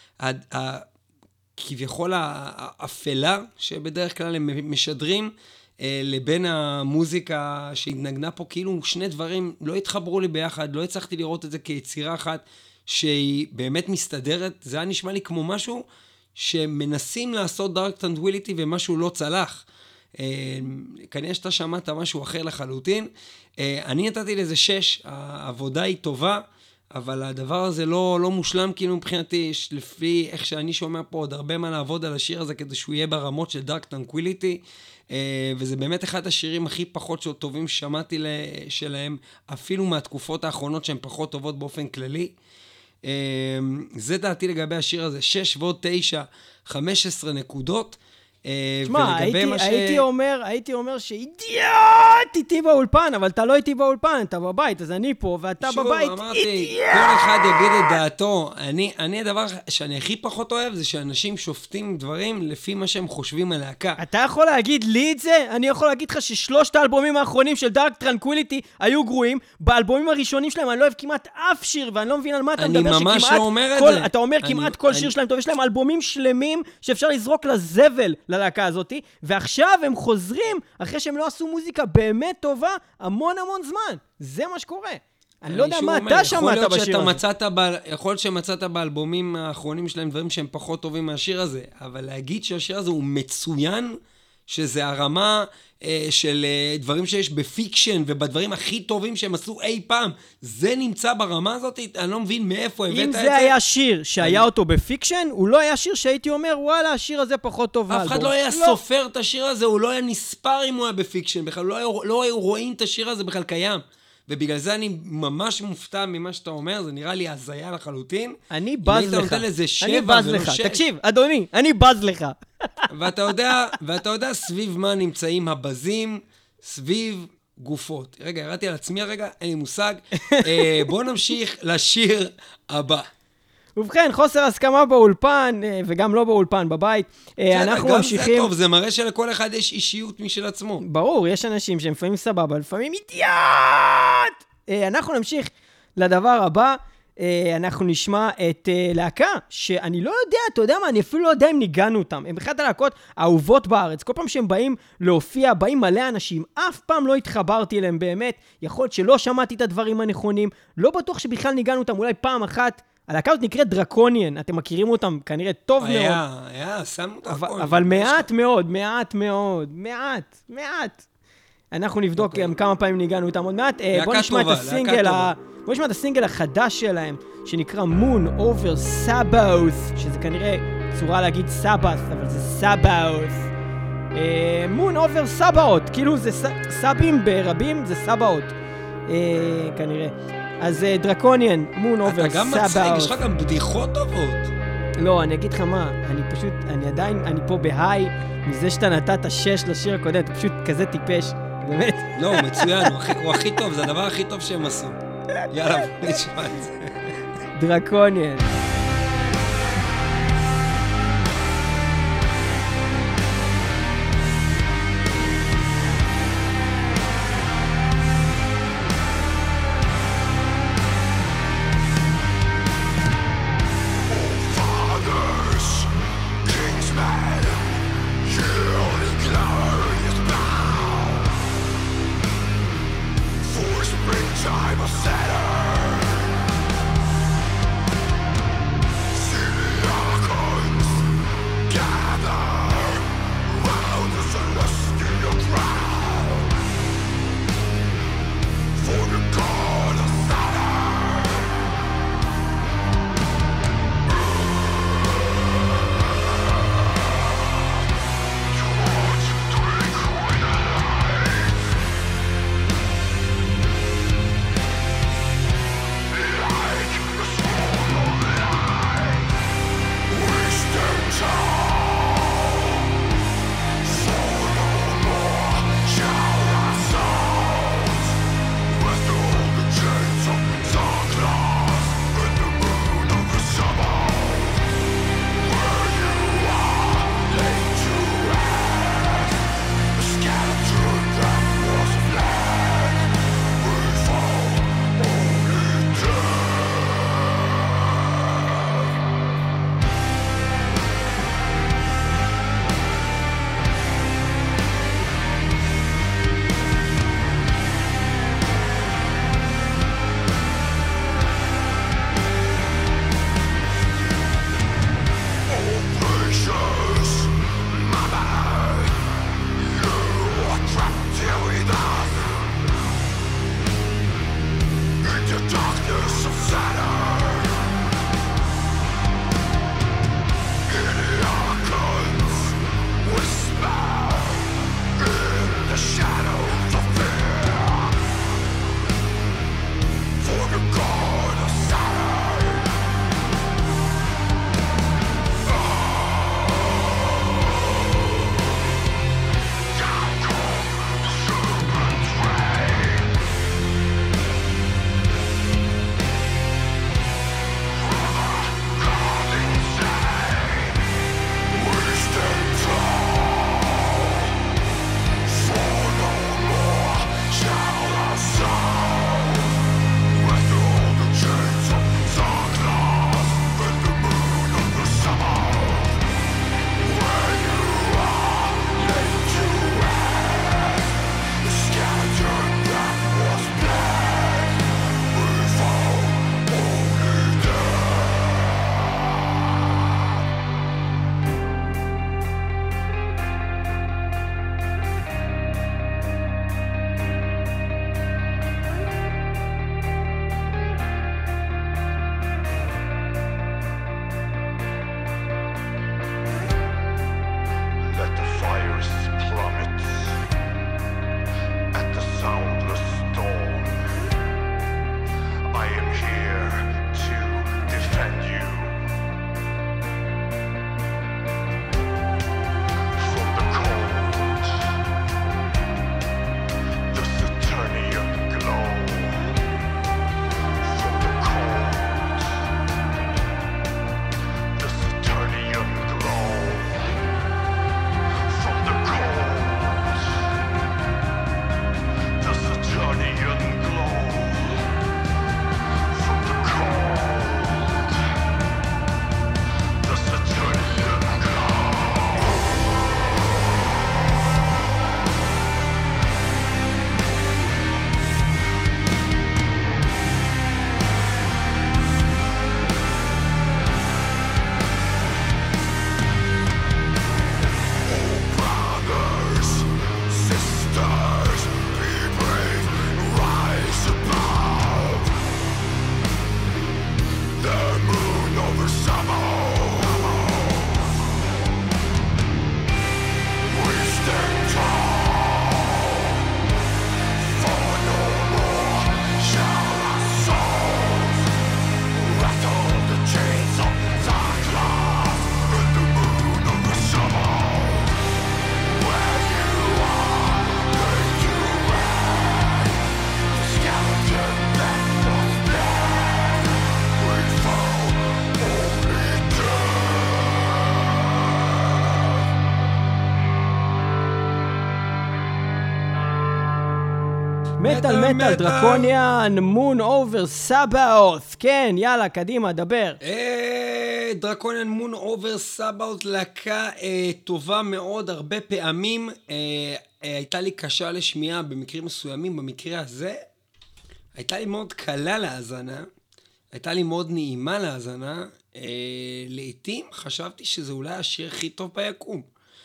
כביכול האפלה שבדרך כלל הם משדרים, לבין המוזיקה שהתנגנה פה. כאילו שני דברים לא התחברו לי ביחד, לא הצלחתי לראות את זה כיצירה אחת שהיא באמת מסתדרת. זה היה נשמע לי כמו משהו שמנסים לעשות דארק טרנקוויליטי ומשהו לא צלח. כנראה שאתה שמעת משהו אחר לחלוטין. אני נתתי לזה 6, העבודה היא טובה, אבל הדבר הזה לא מושלם, כאילו מבחינתי, לפי איך שאני שומע פה עוד הרבה מה לעבוד על השיר הזה, כדי שהוא יהיה ברמות של דארק טרנקוויליטי, וזה באמת אחד השירים הכי פחות טובים ששמעתי שלהם, אפילו מהתקופות האחרונות שהן פחות טובות באופן כללי. זה דעתי לגבי השיר הזה, 6 ועוד 9, 15 נקודות. שמע, הייתי אומר שאידיוט איתי באולפן, אבל אתה לא איתי באולפן, אתה בבית, אז אני פה, ואתה בבית, שוב, אמרתי, כל אחד יגיד את דעתו. אני הדבר שאני הכי פחות אוהב, זה שאנשים שופטים דברים לפי מה שהם חושבים על להקה. אתה יכול להגיד לי את זה? אני יכול להגיד לך ששלושת האלבומים האחרונים של דארק טרנקוויליטי היו גרועים. באלבומים הראשונים שלהם אני לא אוהב כמעט אף שיר, ואני לא מבין על מה אתה מדבר. אני ממש לא אומר את זה. אתה אומר כמעט כל שיר שלהם טוב, יש להם אלבומים שלמים שאפשר לזרוק לזבל ללהקה הזאת, ועכשיו הם חוזרים אחרי שהם לא עשו מוזיקה באמת טובה המון זמן. זה מה שקורה. אני לא יודע מה אתה שמעת בשיר הזה. יכול להיות שמצאת באלבומים האחרונים שלהם דברים שהם פחות טובים מהשיר הזה, אבל להגיד שהשיר הזה הוא מצוין, שזה הרמה של דברים שיש בפיקשן, ובדברים הכי טובים שהם עשו אי פעם. זה נמצא ברמה הזאת, אני לא מבין מאיפה הבאת את זה. אם זה היה שיר שהיה אותו בפיקשן, הוא לא היה שיר שהייתי אומר, וואלה, השיר הזה פחות טוב. אף אחד לא היה סופר את השיר הזה, הוא לא היה נספר אם הוא היה בפיקשן, בכלל לא היו רואים את השיר הזה בכלל קיים. ובגלל זה אני ממש מופתע ממה שאתה אומר, זה נראה לי הזיה לחלוטין. אני בז לך. אם היית נותן לזה 7 אני בז לך. תקשיב, אדוני, אני בז לך. ואתה יודע סביב מה נמצאים הבזים, סביב גופות. רגע, הראיתי על עצמי רגע, אין לי מושג. בואו נמשיך לשיר הבא. ובכן, חוסר הסכמה באולפן, וגם לא באולפן, בבית. אנחנו ממשיכים... גם זה טוב, זה מראה שלכל אחד יש אישיות משל עצמו. ברור, יש אנשים שהם לפעמים סבבה, לפעמים אידיוט! אנחנו נמשיך לדבר הבא. אנחנו נשמע את להקה, שאני לא יודע, אתה יודע מה, אני אפילו לא יודע אם ניגענו אותם. הם אחת הלהקות האהובות בארץ. כל פעם שהם באים להופיע, באים מלא אנשים. אף פעם לא התחברתי אליהם באמת. יכול להיות שלא שמעתי את הדברים הנכונים. לא בטוח שבכלל ניגענו אותם, אולי פעם אחת. הלהקה הזאת נקראת דרקוניאן, אתם מכירים אותם כנראה טוב מאוד. שמו דרקוניאן. אבל מעט מאוד, מעט. אנחנו נבדוק כמה פעמים ניגענו אותם עוד מעט. בוא נשמע את הסינגל החדש שלהם, שנקרא Moon Over Sabaoth, שזה כנראה צורה להגיד סבאס, אבל זה סבאוס. Moon Over Sabaoth, כאילו זה סבים ברבים, זה סבאות. כנראה. אז דרקוניאן, Moon Over Sabaoth. אתה גם מצחיק, יש לך גם בדיחות טובות. לא, אני אגיד לך מה, אני פה בהיי, מזה שאתה נתת 6 לשיר הקודם, אתה פשוט כזה טיפש, באמת. לא, הוא מצוין, הוא הכי טוב, זה הדבר הכי טוב שהם עשו. יאללה, בוא נשמע את זה. דרקוניאן. Time of Saturn. מטל מטל דרקוניאן, מון אובר סבאות'. כן, יאללה, קדימה, דבר. דרקוניאן מון אובר סבאות' להקה טובה מאוד, הרבה פעמים הייתה לי קשה לשמיעה במקרים מסוימים, במקרה הזה הייתה לי מאוד קלה להאזנה, הייתה לי מאוד נעימה להאזנה, לעתים חשבתי שזה אולי השיר הכי טוב ביקום,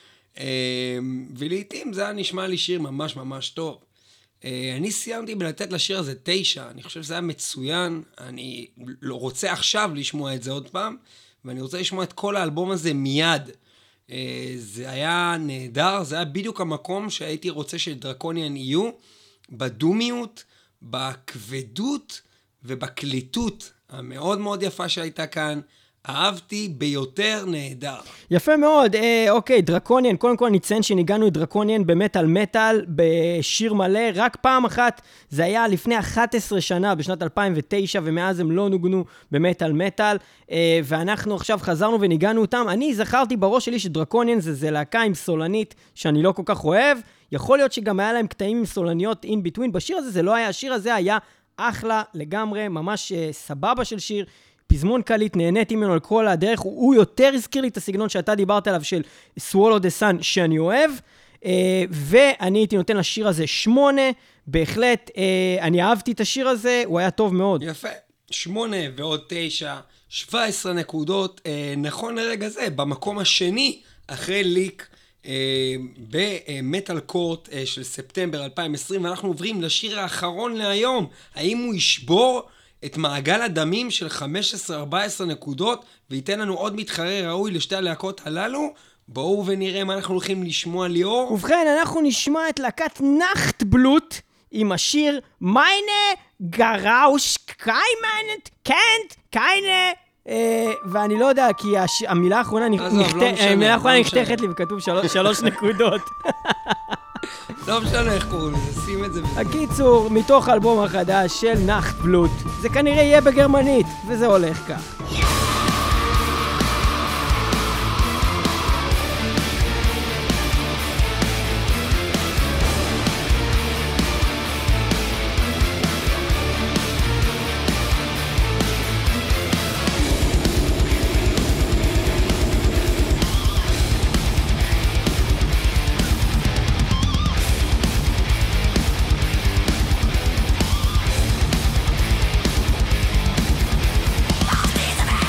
ולעתים זה היה נשמע לי שיר ממש ממש טוב. אני סיימתי בלתת לשיר הזה 9, אני חושב שזה היה מצוין, אני לא רוצה עכשיו לשמוע את זה עוד פעם, ואני רוצה לשמוע את כל האלבום הזה מיד. זה היה נהדר, זה היה בדיוק המקום שהייתי רוצה שדרקוניאן יהיו, בדומיות, בכבדות ובקליטות המאוד מאוד יפה שהייתה כאן. אהבתי ביותר, נהדר. יפה מאוד. אוקיי, דרקוניאן, קודם כל נציין שניגענו את דרקוניאן במטל מטל, בשיר מלא, רק פעם אחת, זה היה לפני 11 שנה, בשנת 2009, ומאז הם לא נוגנו במטל מטל, ואנחנו עכשיו חזרנו וניגענו אותם. אני זכרתי בראש שלי שדרקוניאן זה להקה עם סולנית, שאני לא כל כך אוהב, יכול להיות שגם היה להם קטעים עם סולניות in between, בשיר הזה זה לא היה, השיר הזה היה אחלה לגמרי, ממש סבבה של שיר, פזמון קליט, נהניתי ממנו על כל הדרך, הוא יותר הזכיר לי את הסגנון שאתה דיברת עליו של Swallow the Sun שאני אוהב, ואני הייתי נותן לשיר הזה 8, בהחלט, אני אהבתי את השיר הזה, הוא היה טוב מאוד. יפה, 8 ועוד 9, 17 נקודות, נכון לרגע זה, במקום השני, אחרי ליק, במטל קורט של ספטמבר 2020, ואנחנו עוברים לשיר האחרון להיום, האם הוא ישבור את מעגל הדמים של 15-14 נקודות, וייתן לנו עוד מתחרה ראוי לשתי הלהקות הללו? בואו ונראה מה אנחנו הולכים לשמוע, ליאור. ובכן, אנחנו נשמע את להקת נחטבלוט עם השיר מיינה גראוש קיימנת קנט קיינה, ואני לא יודע, כי המילה האחרונה נחתכת לי וכתוב 3 נקודות. לא משנה איך קוראים לזה, שים את זה. הקיצור, מתוך האלבום החדש של נחטבלוט, זה כנראה יהיה בגרמנית, וזה הולך כך. These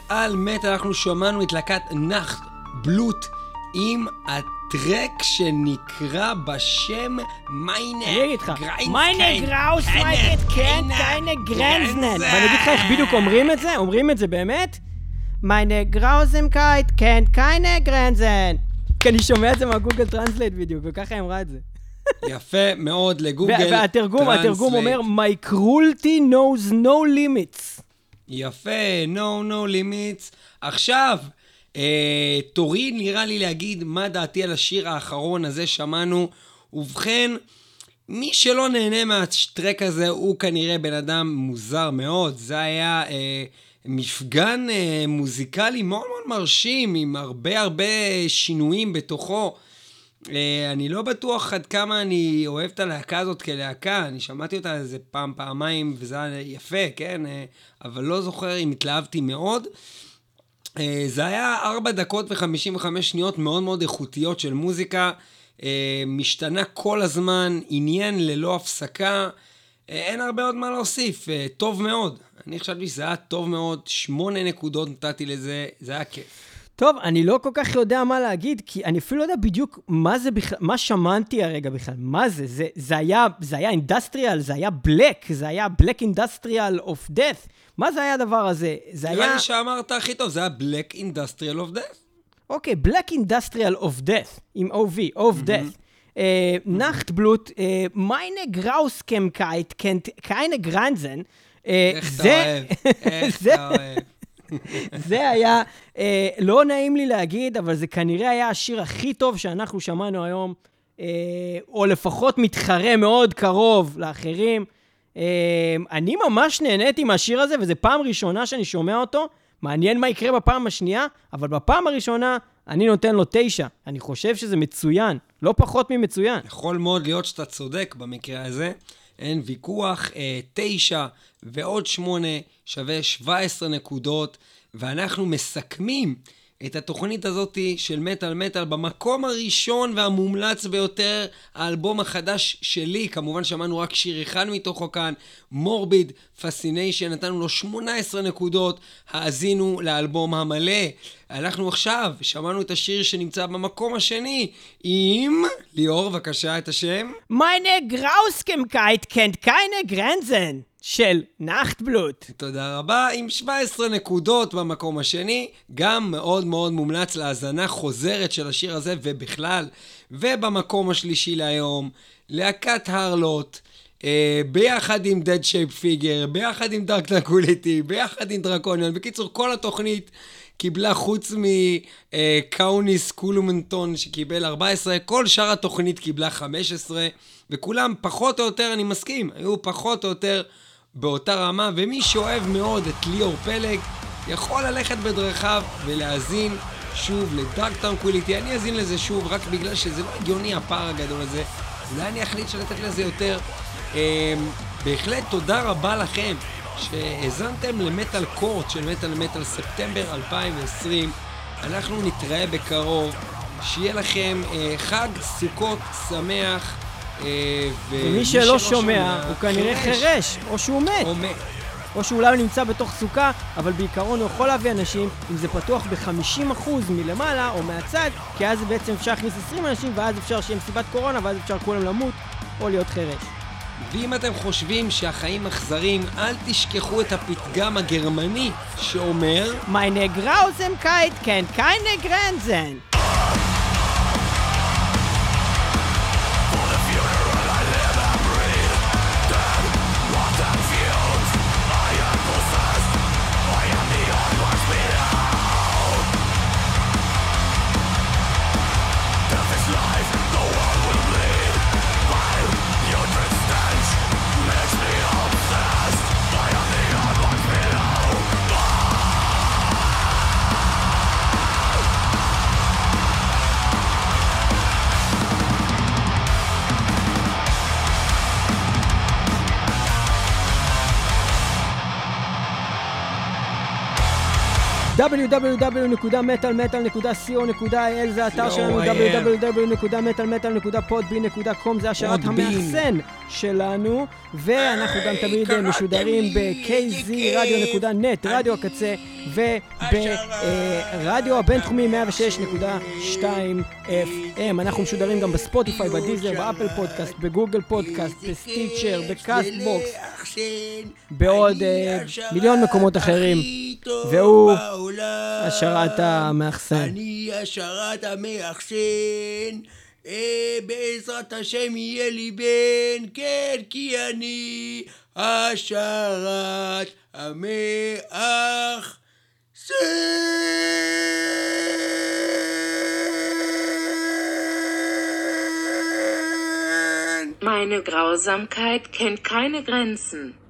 על מטל אנחנו שמענו את להקת נחט בלוט עם הטרק שנקרא בשם מיינה גריינזקן. מיינה גראוס מייקט קן קיינע גרנזנן. ואני אגיד לך איך בדיוק אומרים את זה? אומרים את זה באמת? מיינה גראוסם קייט קן קיינע גרנזן. כי אני שומע את זה מהגוגל טרנסלייט בדיוק, וככה היא אמרה את זה. יפה מאוד לגוגל טרנסלייט. והתרגום אומר, My cruelty knows no limits. יפה, no limits. עכשיו, תורי נראה לי להגיד מה דעתי על השיר האחרון הזה שמענו. ובכן, מי שלא נהנה מהטרק הזה הוא כנראה בן אדם מוזר מאוד. זה היה מפגן מוזיקלי מאוד מאוד מרשים, עם הרבה שינויים בתוכו. אני לא בטוח עד כמה אני אוהב את הלהקה הזאת כלהקה, אני שמעתי אותה איזה פעמיים וזה היה יפה, כן? אבל לא זוכר אם התלהבתי מאוד. זה היה 4 דקות ו55 שניות מאוד מאוד איכותיות של מוזיקה, משתנה כל הזמן, עניין ללא הפסקה, אין הרבה עוד מה להוסיף, טוב מאוד. אני חשבתי שזה היה טוב מאוד, 8 נקודות נתתי לזה, זה היה כיף. טוב, אני לא כל כך יודע מה להגיד, כי אני אפילו לא יודע בדיוק מה זה בכלל, מה שמעתי הרגע בכלל, מה זה? זה היה אינדסטריאל, זה היה בלק, זה היה בלק אינדסטריאל אוף דאט. מה זה היה הדבר הזה? זה היה... נראה לי שאמרת הכי טוב, זה היה בלק אינדסטריאל אוף דאט. אוקיי, בלק אינדסטריאל אוף דאט, עם OV, אוף דאט. נחט בלוט, מיינה גראוסקם קייט, קיינע גרנזן. איך אתה אוהב, איך אתה אוהב. זה היה, לא נעים לי להגיד, אבל זה כנראה היה השיר הכי טוב שאנחנו שמענו היום, או לפחות מתחרה מאוד קרוב לאחרים. אני ממש נהניתי מהשיר הזה, וזו פעם ראשונה שאני שומע אותו. מעניין מה יקרה בפעם השנייה, אבל בפעם הראשונה אני נותן לו 9. אני חושב שזה מצוין, לא פחות ממצוין. יכול מאוד להיות שאתה צודק במקרה הזה. אין ויכוח, 9 ועוד 8 שווה 17 נקודות, ואנחנו מסכמים את התוכנית הזאת של מטל במקום הראשון והמומלץ ביותר, האלבום החדש שלי. כמובן שמענו רק שיר אחד מתוכו כאן, מורביד פסיניישן, נתנו לו 18 נקודות, האזינו לאלבום המלא. אנחנו עכשיו שמענו את השיר שנמצא במקום השני עם ליאור, בבקשה את השם. מיינה גראוסקם קייט קנט קיינע גרנזן של נחט בלוט. תודה רבה, עם 17 נקודות במקום השני, גם מאוד מאוד מומלץ להאזנה חוזרת של השיר הזה ובכלל. ובמקום השלישי להיום, להקת הרלוט, ביחד עם Dead Shape Figure, ביחד עם Dark Tranquility, ביחד עם דרקוניון. בקיצור, כל התוכנית קיבלה חוץ מקאוניס קולומנטון שקיבל 14, כל שאר התוכנית קיבלה 15, וכולם פחות או יותר, אני מסכים, היו פחות או יותר באותה רמה, ומי שאוהב מאוד את ליאור פלג יכול ללכת בדרכיו ולהזין שוב לדארק טרנקוויליטי. אני אזין לזה שוב רק בגלל שזה לא הגיוני הפער הגדול הזה, אולי אני אחליט שלתת לזה יותר. בהחלט תודה רבה לכם שהזנתם למטל קורט של מטל ספטמבר 2020. אנחנו נתראה בקרוב, שיהיה לכם חג סוכות שמח. ומי שלא שומע הוא כנראה חרש, או שהוא מת, או שאולי הוא נמצא בתוך סוכה, אבל בעיקרון הוא יכול להביא אנשים אם זה פתוח ב-50% מלמעלה או מהצד, כי אז בעצם אפשר להכניס 20 אנשים, ואז אפשר שיהיה מסיבת קורונה, ואז אפשר כולם למות או להיות חרש. ואם אתם חושבים שהחיים אכזרים, אל תשכחו את הפתגם הגרמני שאומר Meine Grausamkeit kennt keine Grenzen. www.metalmetal.co.il זה האתר שלנו, www.metalmetal.podbean.com זה השארת המאחסן שלנו, ואנחנו גם תמיד משודרים ב-kzradio.net, רדיו הקצה, וברדיו הבינתחומי 106.2 FM. אנחנו משודרים גם בספוטיפיי, בדיזר, באפל פודקאסט, בגוגל פודקאסט, בסטיצ'ר, בקאסט בוקס, בעוד מיליון מקומות אחרים. והוא השרת המאחסן. אני השרת המאחסן, בעזרת השם יהיה לי בן, כן, כי אני השרת המאחסן. Meine Grausamkeit kennt keine Grenzen.